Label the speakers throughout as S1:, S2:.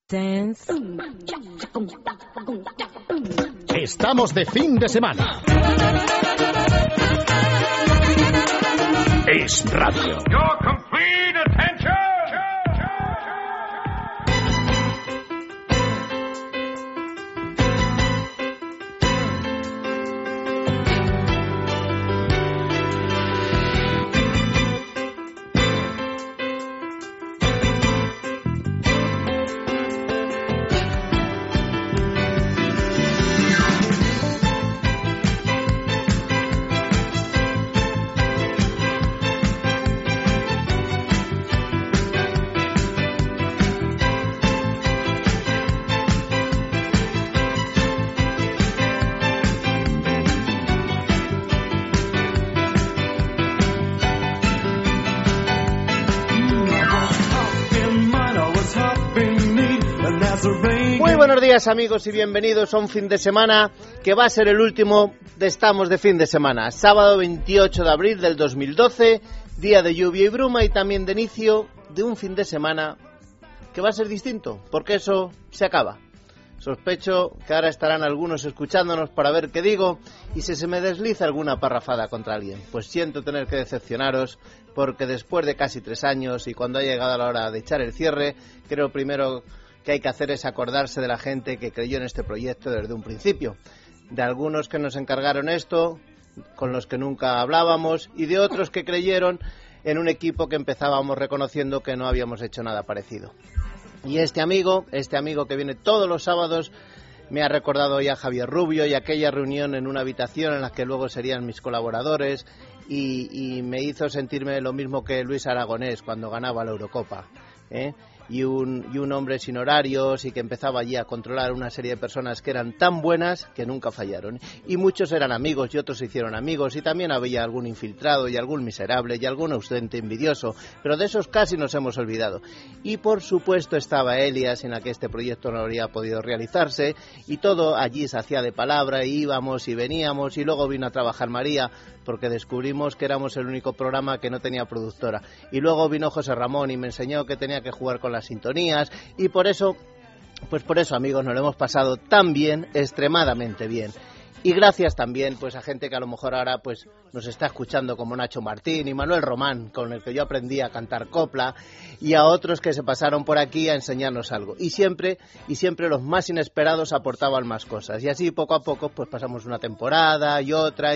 S1: Dance.
S2: Estamos de fin de semana. Es radio.
S3: Your complete attention.
S4: Buenos días, amigos, y bienvenidos a un fin de semana que va a ser el último de Estamos de fin de semana. Sábado 28 de abril del 2012, día de lluvia y bruma y también de inicio de un fin de semana que va a ser distinto, porque eso se acaba. Sospecho que ahora estarán algunos escuchándonos para ver qué digo y si se me desliza alguna parrafada contra alguien. Pues siento tener que decepcionaros, porque después de casi 3 años y cuando ha llegado la hora de echar el cierre, creo primero que hay que hacer es acordarse de la gente que creyó en este proyecto desde un principio, de algunos que nos encargaron esto, con los que nunca hablábamos, y de otros que creyeron en un equipo que empezábamos reconociendo que no habíamos hecho nada parecido. Y este amigo que viene todos los sábados, me ha recordado hoy a Javier Rubio y aquella reunión en una habitación en la que luego serían mis colaboradores, y me hizo sentirme lo mismo que Luis Aragonés cuando ganaba la Eurocopa, y un hombre sin horarios y que empezaba allí a controlar una serie de personas que eran tan buenas que nunca fallaron. Y muchos eran amigos y otros se hicieron amigos, y también había algún infiltrado y algún miserable y algún ausente envidioso, pero de esos casi nos hemos olvidado. Y por supuesto estaba Elia, sin la que este proyecto no habría podido realizarse, y todo allí se hacía de palabra, y íbamos y veníamos, y luego vino a trabajar María, porque descubrimos que éramos el único programa que no tenía productora. Y luego vino José Ramón y me enseñó que tenía que jugar con las sintonías, y por eso, amigos, nos lo hemos pasado tan bien, extremadamente bien. Y gracias también pues a gente que a lo mejor ahora pues nos está escuchando, como Nacho Martín y Manuel Román, con el que yo aprendí a cantar copla, y a otros que se pasaron por aquí a enseñarnos algo. Y siempre los más inesperados aportaban más cosas. Y así poco a poco pues pasamos una temporada y otra,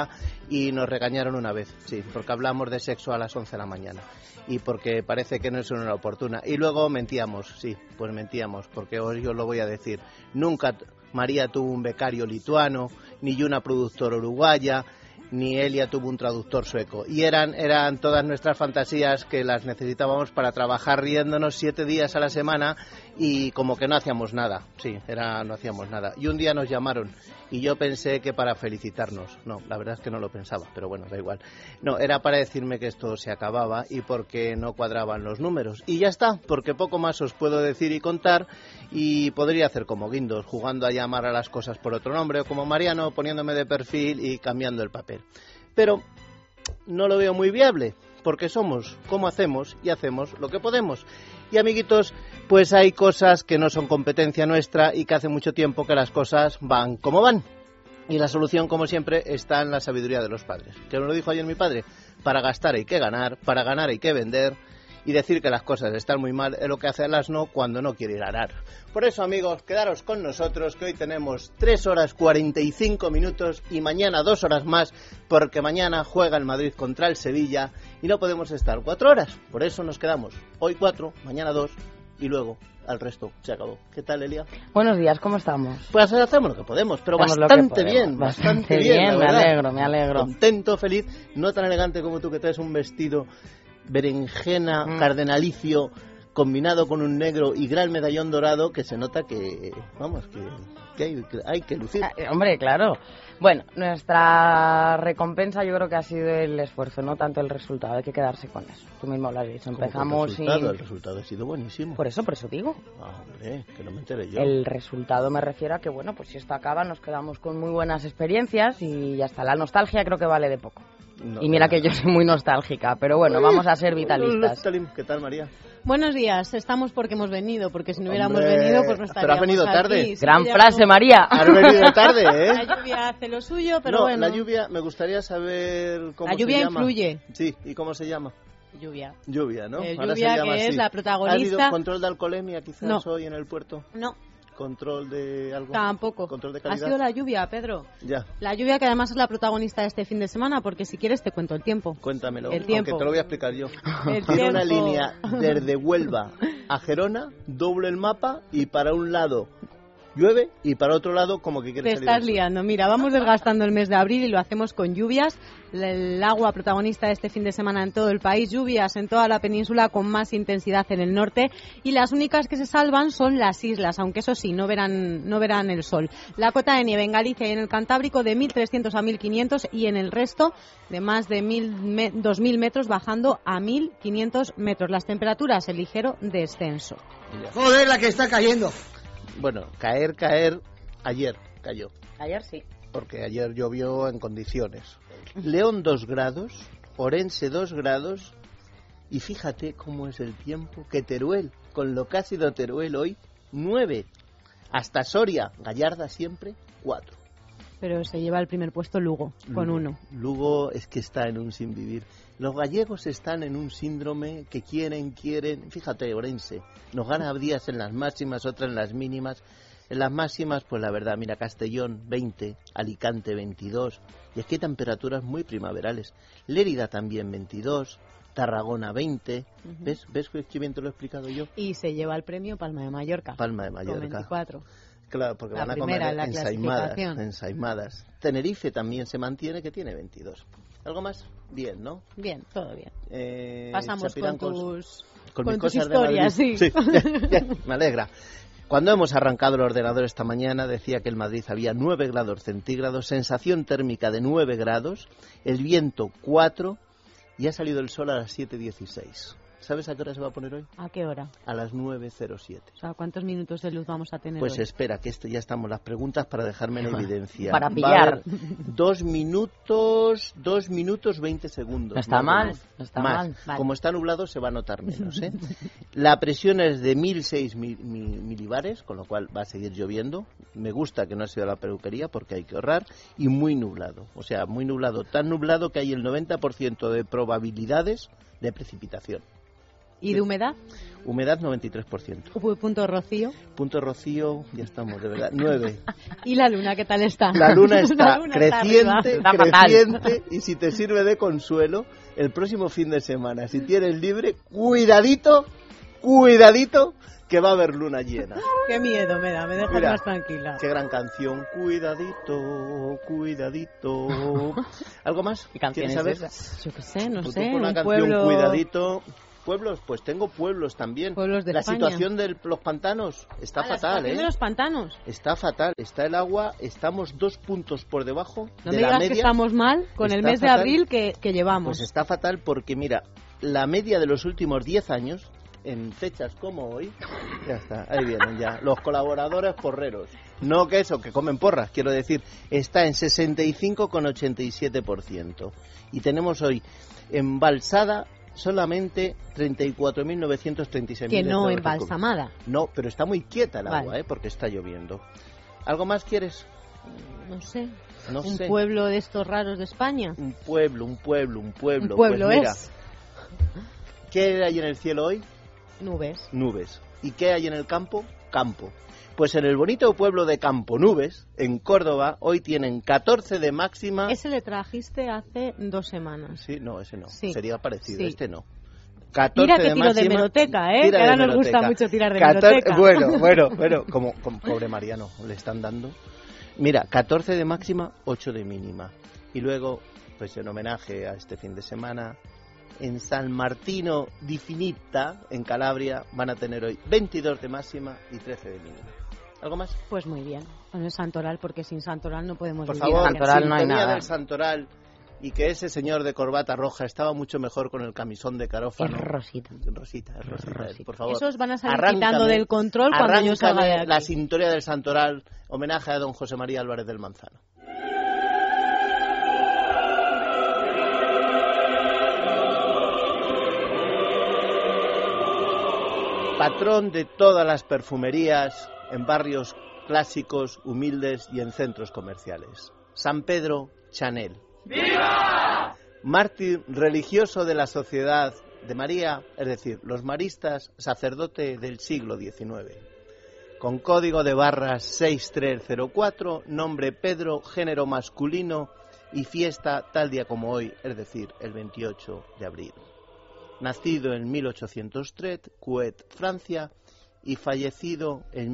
S4: y nos regañaron una vez, sí, porque hablamos de sexo a las 11 de la mañana. Y porque parece que no es una hora oportuna. Y luego mentíamos, sí, pues mentíamos, porque hoy os lo voy a decir. Nunca María tuvo un becario lituano, ni yo una productora uruguaya, ni Elia tuvo un traductor sueco. Y eran todas nuestras fantasías que las necesitábamos para trabajar riéndonos 7 días a la semana, y como que no hacíamos nada. Sí, no hacíamos nada. Y un día nos llamaron y yo pensé que para felicitarnos. No, la verdad es que no lo pensaba, pero bueno, da igual. No, era para decirme que esto se acababa y porque no cuadraban los números. Y ya está, porque poco más os puedo decir y contar, y podría hacer como Guindos, jugando a llamar a las cosas por otro nombre, o como Mariano, poniéndome de perfil y cambiando el papel. Pero no lo veo muy viable, porque somos como hacemos y hacemos lo que podemos. Y amiguitos, pues hay cosas que no son competencia nuestra y que hace mucho tiempo que las cosas van como van. Y la solución, como siempre, está en la sabiduría de los padres. Que nos lo dijo ayer mi padre: para gastar hay que ganar, para ganar hay que vender, y decir que las cosas están muy mal es lo que hace el asno cuando no quiere ir a arar. Por eso, amigos, quedaros con nosotros, que hoy tenemos 3 horas 45 minutos y mañana 2 horas más, porque mañana juega el Madrid contra el Sevilla y no podemos estar 4 horas. Por eso nos quedamos hoy 4, mañana 2 y luego al resto se acabó. ¿Qué tal, Elia?
S5: Buenos días, ¿cómo estamos?
S4: Pues hacemos lo que podemos, pero
S5: hacemos
S4: bastante bien. Bastante bien,
S5: me alegro.
S4: Contento, feliz, no tan elegante como tú, que traes un vestido berenjena cardenalicio combinado con un negro y gran medallón dorado, que se nota que, vamos, que hay que lucir.
S5: Hombre, claro. Bueno, nuestra recompensa yo creo que ha sido el esfuerzo, no tanto el resultado. Hay que quedarse con eso. Tú mismo lo has dicho. Empezamos
S4: el resultado ha sido buenísimo.
S5: Por eso digo.
S4: Hombre, que no me enteré yo.
S5: El resultado me refiero a que, bueno, pues si esto acaba nos quedamos con muy buenas experiencias y hasta la nostalgia creo que vale de poco.
S4: No,
S5: y mira que yo soy muy nostálgica, pero bueno, vamos a ser vitalistas.
S4: ¿Qué tal, María?
S1: Buenos días, estamos porque hemos venido, porque si no hubiéramos
S4: Hombre,
S1: venido, pues no estaríamos
S4: pero has venido tarde.
S1: aquí.
S5: Gran
S1: Sí,
S5: frase, María.
S4: Has venido tarde, ¿eh?
S1: La lluvia hace lo suyo, pero
S4: no,
S1: bueno.
S4: la lluvia, me gustaría saber cómo
S1: La lluvia
S4: se llama.
S1: influye.
S4: Sí, ¿y cómo se llama?
S1: Lluvia.
S4: Lluvia, ¿no?
S1: Lluvia,
S4: se llama
S1: que
S4: así.
S1: es la protagonista.
S4: ¿Ha habido control de alcoholemia quizás
S1: No.
S4: hoy en el puerto?
S1: No,
S4: ¿Control de algo?
S1: tampoco.
S4: ¿Control de
S1: Ha
S4: calidad?
S1: sido la lluvia, Pedro.
S4: Ya,
S1: La lluvia, que además es la protagonista de este fin de semana, porque si quieres te cuento el tiempo.
S4: cuéntamelo,
S1: El tiempo.
S4: aunque te lo voy a explicar yo.
S1: El
S4: Tiene una
S1: tiempo.
S4: línea desde Huelva a Gerona, doble el mapa y para un lado llueve y para otro lado como que quiere
S1: Te
S4: salir
S1: estás
S4: el sol.
S1: liando. Mira, vamos desgastando el mes de abril y lo hacemos con lluvias. El agua protagonista de este fin de semana en todo el país. Lluvias en toda la península con más intensidad en el norte. Y las únicas que se salvan son las islas, aunque eso sí, no verán el sol. La cota de nieve en Galicia y en el Cantábrico de 1.300 a 1.500 y en el resto de más de 2.000 metros bajando a 1.500 metros. Las temperaturas en ligero descenso.
S6: Joder, la que está cayendo.
S4: Bueno, caer, ayer cayó,
S5: Ayer sí.
S4: porque ayer llovió en condiciones. León 2 grados, Orense 2 grados, y fíjate cómo es el tiempo, que Teruel, con lo que ha sido Teruel hoy, 9. Hasta Soria, Gallarda siempre, 4.
S1: Pero se lleva el primer puesto Lugo, con 1.
S4: Lugo es que está en un sin vivir. Los gallegos están en un síndrome que quieren. Fíjate, Orense, nos gana días en las máximas, otras en las mínimas. En las máximas, pues la verdad, mira, Castellón 20, Alicante 22, y es que hay temperaturas muy primaverales. Lérida también 22, Tarragona 20, ¿ves qué bien te lo he explicado yo?
S1: Y se lleva el premio Palma de Mallorca.
S4: Palma de
S1: Con
S4: Mallorca.
S1: 24.
S4: Claro, porque
S1: La
S4: van a
S1: primera
S4: comer
S1: en la clasificación.
S4: ensaimadas. Tenerife también se mantiene, que tiene 22. ¿Algo más? Bien, ¿no?
S1: Bien, todo bien.
S4: Eh,
S1: Pasamos
S4: Chapirán
S1: con tus
S4: mis
S1: tus
S4: cosas de
S1: historias,
S4: Madrid.
S1: sí.
S4: Ya, me alegra. Cuando hemos arrancado el ordenador esta mañana decía que en Madrid había 9 grados centígrados, sensación térmica de 9 grados, el viento 4 y ha salido el sol a las 7:16. ¿Sabes a qué hora se va a poner hoy?
S1: ¿A qué hora?
S4: A las 9:07.
S1: O sea, ¿cuántos minutos de luz vamos a tener
S4: Pues
S1: hoy?
S4: espera, que esto ya estamos las preguntas para dejarme en evidencia.
S5: Para
S4: Va a
S5: pillar.
S4: haber 2 minutos 20 segundos.
S5: No está
S4: más de
S5: mal,
S4: luz.
S5: no está
S4: Más.
S5: mal.
S1: Vale.
S4: Como está nublado se va a notar menos, ¿eh? La presión es de 1.006 milibares, con lo cual va a seguir lloviendo. Me gusta que no ha sido la peluquería porque hay que ahorrar. Y muy nublado, o sea, muy nublado. Tan nublado que hay el 90% de probabilidades de precipitación.
S1: ¿Y de humedad?
S4: Humedad 93%.
S1: Punto rocío.
S4: Punto rocío, ya estamos, de verdad, 9.
S1: ¿Y la luna qué tal está?
S4: La luna está
S1: La luna está
S4: creciente,
S1: arriba.
S5: Está fatal.
S4: creciente, y si te sirve de consuelo, el próximo fin de semana, si tienes libre, cuidadito, que va a haber luna llena.
S1: Qué miedo me da, me dejas
S4: Mira,
S1: más tranquila.
S4: Qué gran canción, cuidadito. ¿Algo más?
S5: ¿Qué canción
S4: ¿Quieres
S5: es
S4: saber?
S5: esa?
S1: Yo qué sé, no
S4: Tú
S1: sé,
S4: pon una
S1: un
S4: canción,
S1: pueblo...
S4: cuidadito. Pueblos, pues tengo pueblos también.
S1: Pueblos de
S4: La
S1: España.
S4: situación de los pantanos está
S1: La
S4: fatal,
S1: situación de los pantanos.
S4: Está fatal, está el agua, estamos 2 puntos por debajo
S1: No
S4: de
S1: me
S4: la
S1: digas
S4: media.
S1: que estamos mal con el
S4: Está
S1: mes de
S4: fatal.
S1: abril que llevamos.
S4: Pues está fatal porque, mira, la media de los últimos 10 años, en fechas como hoy, ya está, ahí vienen ya, los colaboradores porreros. No que eso, que comen porras, quiero decir, está en 65,87%. Y tenemos hoy embalsada solamente 34.936
S1: Que no
S4: hectómetros
S1: embalsamada.
S4: cúbicos. No, pero está muy quieta el agua,
S1: Vale.
S4: porque está lloviendo. ¿Algo más quieres?
S1: No sé.
S4: No
S1: Un
S4: sé.
S1: pueblo de estos raros de España.
S4: Un pueblo.
S1: Un pueblo
S4: Pues mira,
S1: es.
S4: ¿qué hay en el cielo hoy?
S1: Nubes.
S4: Nubes. ¿Y qué hay en el campo? Campo. Pues en el bonito pueblo de Campo Nubes, en Córdoba, hoy tienen 14 de máxima.
S1: Ese le trajiste hace 2 semanas.
S4: Sí, no, ese no.
S1: Sí.
S4: Sería parecido,
S1: Sí.
S4: este no. 14
S1: Tira que
S4: de
S1: tiro
S4: máxima.
S1: de hemeroteca, ¿eh?
S4: Tira
S1: Que
S4: de
S1: ahora nos gusta
S4: hemeroteca.
S1: mucho tirar de
S4: 14
S1: hemeroteca.
S4: Bueno, como pobre Mariano, le están dando. Mira, 14 de máxima, 8 de mínima. Y luego, pues en homenaje a este fin de semana, en San Martino di Finita, en Calabria, van a tener hoy 22 de máxima y 13 de mínima. ¿Algo más?
S1: Pues muy bien. Con el Santoral, porque sin Santoral no podemos
S4: Por
S1: vivir.
S4: favor,
S5: Santoral no hay
S4: sintonía
S5: nada.
S4: del Santoral, y que ese señor de corbata roja estaba mucho mejor con el camisón de
S5: Es
S4: carófano.
S5: Rosita.
S4: Rosita, por favor.
S1: Esos van a salir
S4: Arráncame-
S1: quitando del control cuando yo salga de
S4: arráncame
S1: aquí.
S4: la sintonía del Santoral, homenaje a don José María Álvarez del Manzano. patrón de todas las perfumerías en barrios clásicos, humildes y en centros comerciales. San Pedro Chanel. ¡Viva! Mártir religioso de la Sociedad de María, es decir, los maristas, sacerdote del siglo XIX. Con código de barras 6304, nombre Pedro, género masculino y fiesta tal día como hoy, es decir, el 28 de abril. Nacido en 1803, Couët, Francia, y fallecido en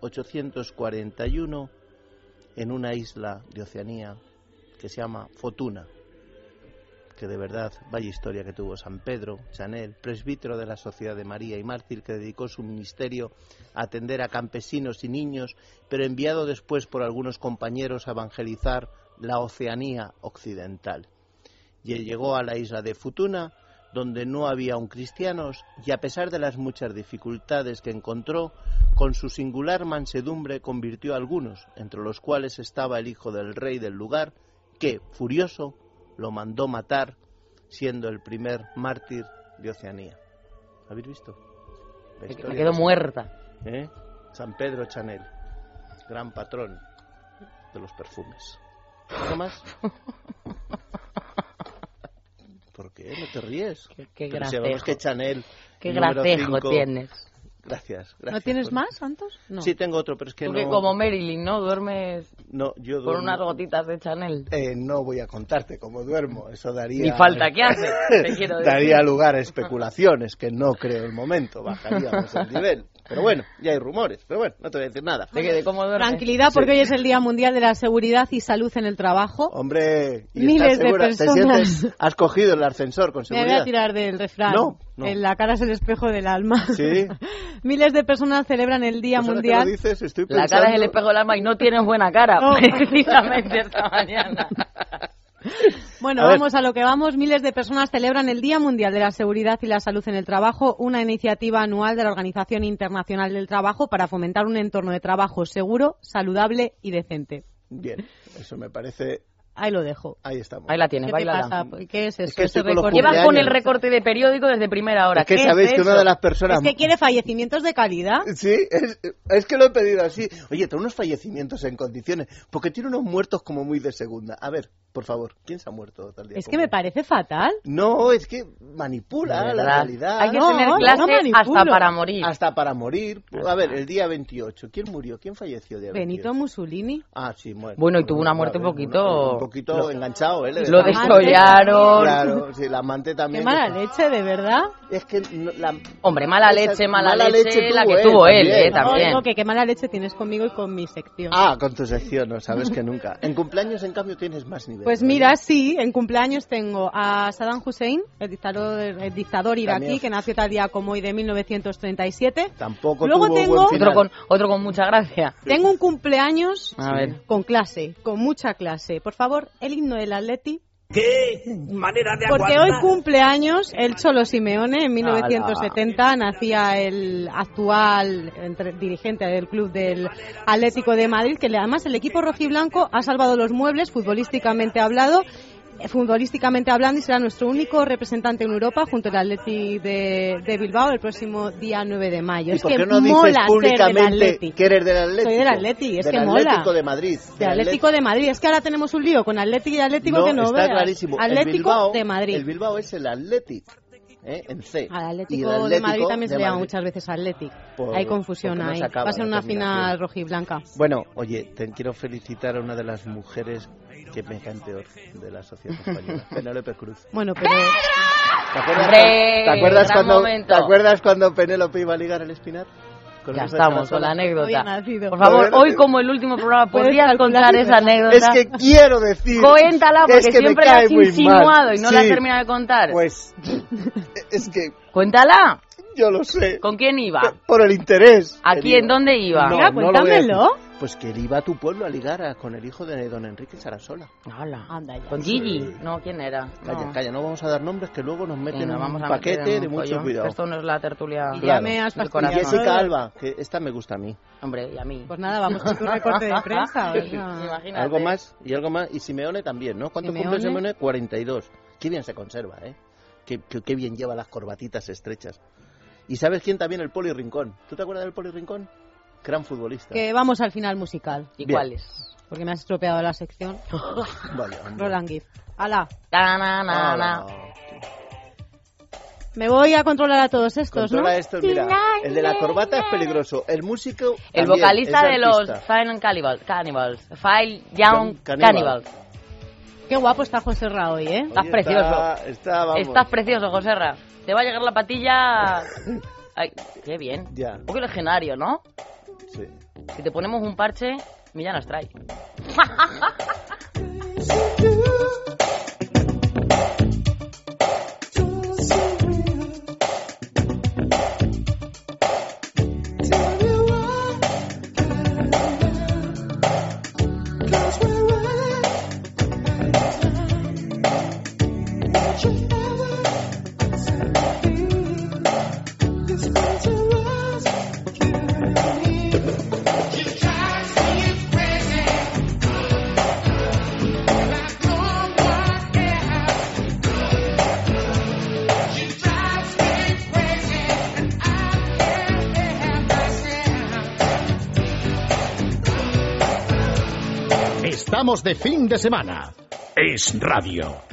S4: 1841 en una isla de Oceanía que se llama Fotuna, que de verdad, vaya historia que tuvo San Pedro Chanel, presbítero de la Sociedad de María y mártir que dedicó su ministerio a atender a campesinos y niños, pero enviado después por algunos compañeros a evangelizar la Oceanía occidental. Y él llegó a la isla de Futuna, donde no había aún cristianos, y a pesar de las muchas dificultades que encontró, con su singular mansedumbre convirtió a algunos, entre los cuales estaba el hijo del rey del lugar, que, furioso, lo mandó matar, siendo el primer mártir de Oceanía. ¿Habéis visto?
S5: Me quedo muerta.
S4: San Pedro Chanel, gran patrón de los perfumes. ¿Algo más? ¿Por qué? ¿No te ríes?
S5: Qué
S4: Pero si
S5: gracejo.
S4: vemos que Chanel...
S5: Qué
S4: número
S5: gracejo
S4: 5.
S5: tienes.
S4: Gracias.
S1: ¿No tienes más, Santos? No.
S4: Sí, tengo otro, pero es que
S5: Porque
S4: no...
S5: como Marilyn, ¿no? Duermes
S4: No, yo
S5: con
S4: duermo.
S5: unas gotitas de Chanel.
S4: No voy a contarte cómo duermo, eso daría...
S5: Ni falta que hace, te quiero decir.
S4: Daría lugar a especulaciones, que no creo el momento, bajaríamos el nivel. Pero bueno, ya hay rumores, pero bueno, no te voy a decir nada.
S5: De cómo duermes.
S1: Tranquilidad, porque
S4: Sí.
S1: hoy es el Día Mundial de la Seguridad y Salud en el Trabajo.
S4: Hombre, ¿y
S1: Miles
S4: estás
S1: de
S4: segura?
S1: personas.
S4: ¿Te sientes? ¿Has cogido el ascensor con
S1: Me voy
S4: seguridad?
S1: a tirar del refrán.
S4: No.
S1: En la cara es el espejo del alma.
S4: Sí.
S1: Miles de personas celebran el Día
S4: Pues ahora que
S1: Mundial.
S4: lo dices, estoy
S5: La
S4: pensando...
S5: cara es el espejo del alma y no tienes buena cara,
S1: No.
S5: precisamente esta mañana.
S1: Bueno,
S4: A ver.
S1: vamos a lo que vamos. Miles de personas celebran el Día Mundial de la Seguridad y la Salud en el Trabajo, una iniciativa anual de la Organización Internacional del Trabajo para fomentar un entorno de trabajo seguro, saludable y decente.
S4: Bien, eso me parece...
S1: Ahí lo dejo.
S4: Ahí estamos.
S5: Ahí la tienes,
S1: ¿Qué te
S5: bailala.
S1: pasa? ¿Qué es eso?
S4: Es que estoy
S1: Ese
S4: con los
S1: recorte.
S5: Llevas con
S4: cumpleaños.
S5: el recorte de periódico desde primera hora.
S4: Es que
S5: ¿Qué
S4: sabéis que
S5: eso?
S4: una de las personas...
S1: Es que quiere fallecimientos de calidad.
S4: Sí, es que lo he pedido así. Oye, trae unos fallecimientos en condiciones, porque tiene unos muertos como muy de segunda. A ver, por favor, ¿quién se ha muerto tal día?
S1: Es que
S4: como
S1: me
S4: hoy?
S1: parece fatal.
S4: No, es que manipula
S5: De
S4: la
S5: verdad.
S4: realidad.
S5: Hay que
S1: No,
S5: tener
S1: no
S5: clase
S1: manipulo.
S5: hasta para morir.
S4: Hasta para morir. A ver, el día 28. ¿Quién murió? ¿Quién falleció el día 28?
S1: Benito Mussolini.
S4: Ah, sí, muerto.
S5: Bueno, y tuvo una muerte un poquito-
S4: Un poquito enganchado, ¿eh?
S5: Lo destrollaron.
S4: Claro, sí, la amante
S1: Qué
S4: también.
S1: mala leche, de verdad.
S4: Es que
S5: Hombre, mala
S4: esa-
S5: leche la que
S4: tuvo
S5: tuvo él,
S4: también.
S5: también.
S1: No, que qué mala leche tienes conmigo y con mi sección.
S4: Ah, con tu sección, no sabes que nunca. En cumpleaños, en cambio, tienes más nivel.
S1: Pues
S4: ¿no?
S1: mira, sí, en cumpleaños tengo a Saddam Hussein, el dictador iraquí,
S4: También.
S1: que nació tal día como hoy de 1937.
S4: Tampoco
S1: Luego
S4: tuvo
S1: tengo-
S4: buen final.
S5: Otro con mucha gracia.
S1: Tengo un cumpleaños
S5: A ver.
S1: con clase, con mucha clase. Por favor, el himno del Atleti.
S6: ¡Qué manera de
S1: Porque hoy cumpleaños el Cholo Simeone. En 1970 nacía el actual dirigente del club del Atlético de Madrid, que además el equipo rojiblanco ha salvado los muebles futbolísticamente hablando, y será nuestro único representante en Europa junto al Atleti de Bilbao el próximo día 9 de mayo.
S4: ¿Y
S1: Es
S4: por
S1: que
S4: qué no dices
S1: mola ser del
S4: públicamente
S1: Atleti.
S4: que eres del Atlético?
S1: Soy del Atleti, es
S4: del
S1: que mola.
S4: Atlético de Madrid.
S1: De Atlético de Madrid. Es que ahora tenemos un lío con Atlético y Atlético que no
S4: está
S1: veas.
S4: clarísimo.
S1: Atlético
S4: El Bilbao,
S1: de Madrid.
S4: El Bilbao es el Atlético, en C.
S1: Al
S4: Y el
S1: Atlético de Madrid también se
S4: de
S1: le llama
S4: Madrid.
S1: muchas veces Atlético.
S4: Por-
S1: Hay confusión
S4: porque no
S1: ahí.
S4: se acaba
S1: Va a ser
S4: la
S1: una
S4: terminación.
S1: final rojiblanca.
S4: Bueno, oye, te quiero felicitar a una de las mujeres que me caen peor de la sociedad española, Penélope Cruz.
S1: Bueno, pero
S4: ¿Te acuerdas,
S5: ¡Hombre!
S4: ¿te acuerdas
S5: Gran
S4: cuando,
S5: momento.
S4: ¿te acuerdas cuando Penélope iba a ligar al Espinar? Con
S5: Ya
S4: esa
S5: estamos con
S4: charasola.
S5: la
S1: Había
S5: anécdota.
S1: nacido.
S5: Por favor,
S4: Pero-
S5: hoy como el último programa,
S1: Puedes
S5: ¿podrías
S1: calcular
S5: contar
S1: si
S5: esa
S1: será.
S5: anécdota?
S4: Es que quiero decir...
S5: Cuéntala, porque
S4: es que me
S5: siempre la
S4: cae
S5: has
S4: muy
S5: insinuado
S4: mal.
S5: y no la has
S4: Sí,
S5: terminado de contar.
S4: Pues, es que
S5: Cuéntala.
S4: yo lo sé.
S5: ¿Con quién iba?
S4: Por el interés.
S5: ¿A
S4: que
S5: quién?
S4: iba.
S5: ¿Dónde iba?
S1: Venga,
S4: lo voy a decir.
S1: cuéntamelo.
S4: Pues que él iba a tu pueblo a ligar con el hijo de don Enrique Sarasola.
S5: Hala.
S1: Anda ya.
S5: ¿Con Gigi? No, ¿quién era?
S4: Calla,
S5: No.
S4: calla, no vamos a dar nombres que luego nos meten
S5: Sí,
S4: en
S5: nos vamos
S4: un
S5: a meter
S4: paquete
S5: en
S4: de
S5: un
S4: mucho
S5: follón.
S4: cuidado.
S5: Esto no es la tertulia.
S1: Y
S4: Claro.
S1: ya me has
S5: del
S4: Y
S5: corazón.
S1: fastidiado.
S4: Jessica Alba, que esta me gusta a mí.
S5: Hombre, y a mí.
S1: Pues nada, vamos con tu recorte de prensa. Venga.
S5: Imagínate.
S4: Algo más, y algo más. Y Simeone también, ¿no? ¿Cuánto cumple
S1: Simeone.
S4: Simeone? 42. Qué bien se conserva, ¿eh? Qué bien lleva las corbatitas estrechas. ¿Y sabes quién también? El Poli Rincón. ¿Tú te acuerdas del Poli Rincón? Gran futbolista.
S1: Que vamos al final musical.
S5: ¿Y
S4: Bien.
S5: cuál es?
S1: Porque me has estropeado la sección.
S4: Vaya, hombre.
S1: Roland Gift. ¡Hala!
S4: Ah,
S1: Me voy a controlar a todos estos,
S4: Controla
S1: ¿no?
S4: estos, mira. El de la corbata es peligroso. El músico
S5: El
S4: también,
S5: vocalista
S4: es
S5: de los
S4: artista.
S5: Fine Cannibals. File Young Cannibals.
S1: Qué guapo está José Ra hoy, ¿eh?
S5: Estás
S4: Oye,
S5: precioso.
S4: Vamos.
S5: Estás precioso, Joserra. Te va a llegar la patilla... Ay, qué bien.
S4: Ya.
S5: Un poco legendario, ¿no?
S4: Sí.
S5: Si te ponemos un parche, Millán nos trae.
S2: Estamos de fin de semana. Es radio.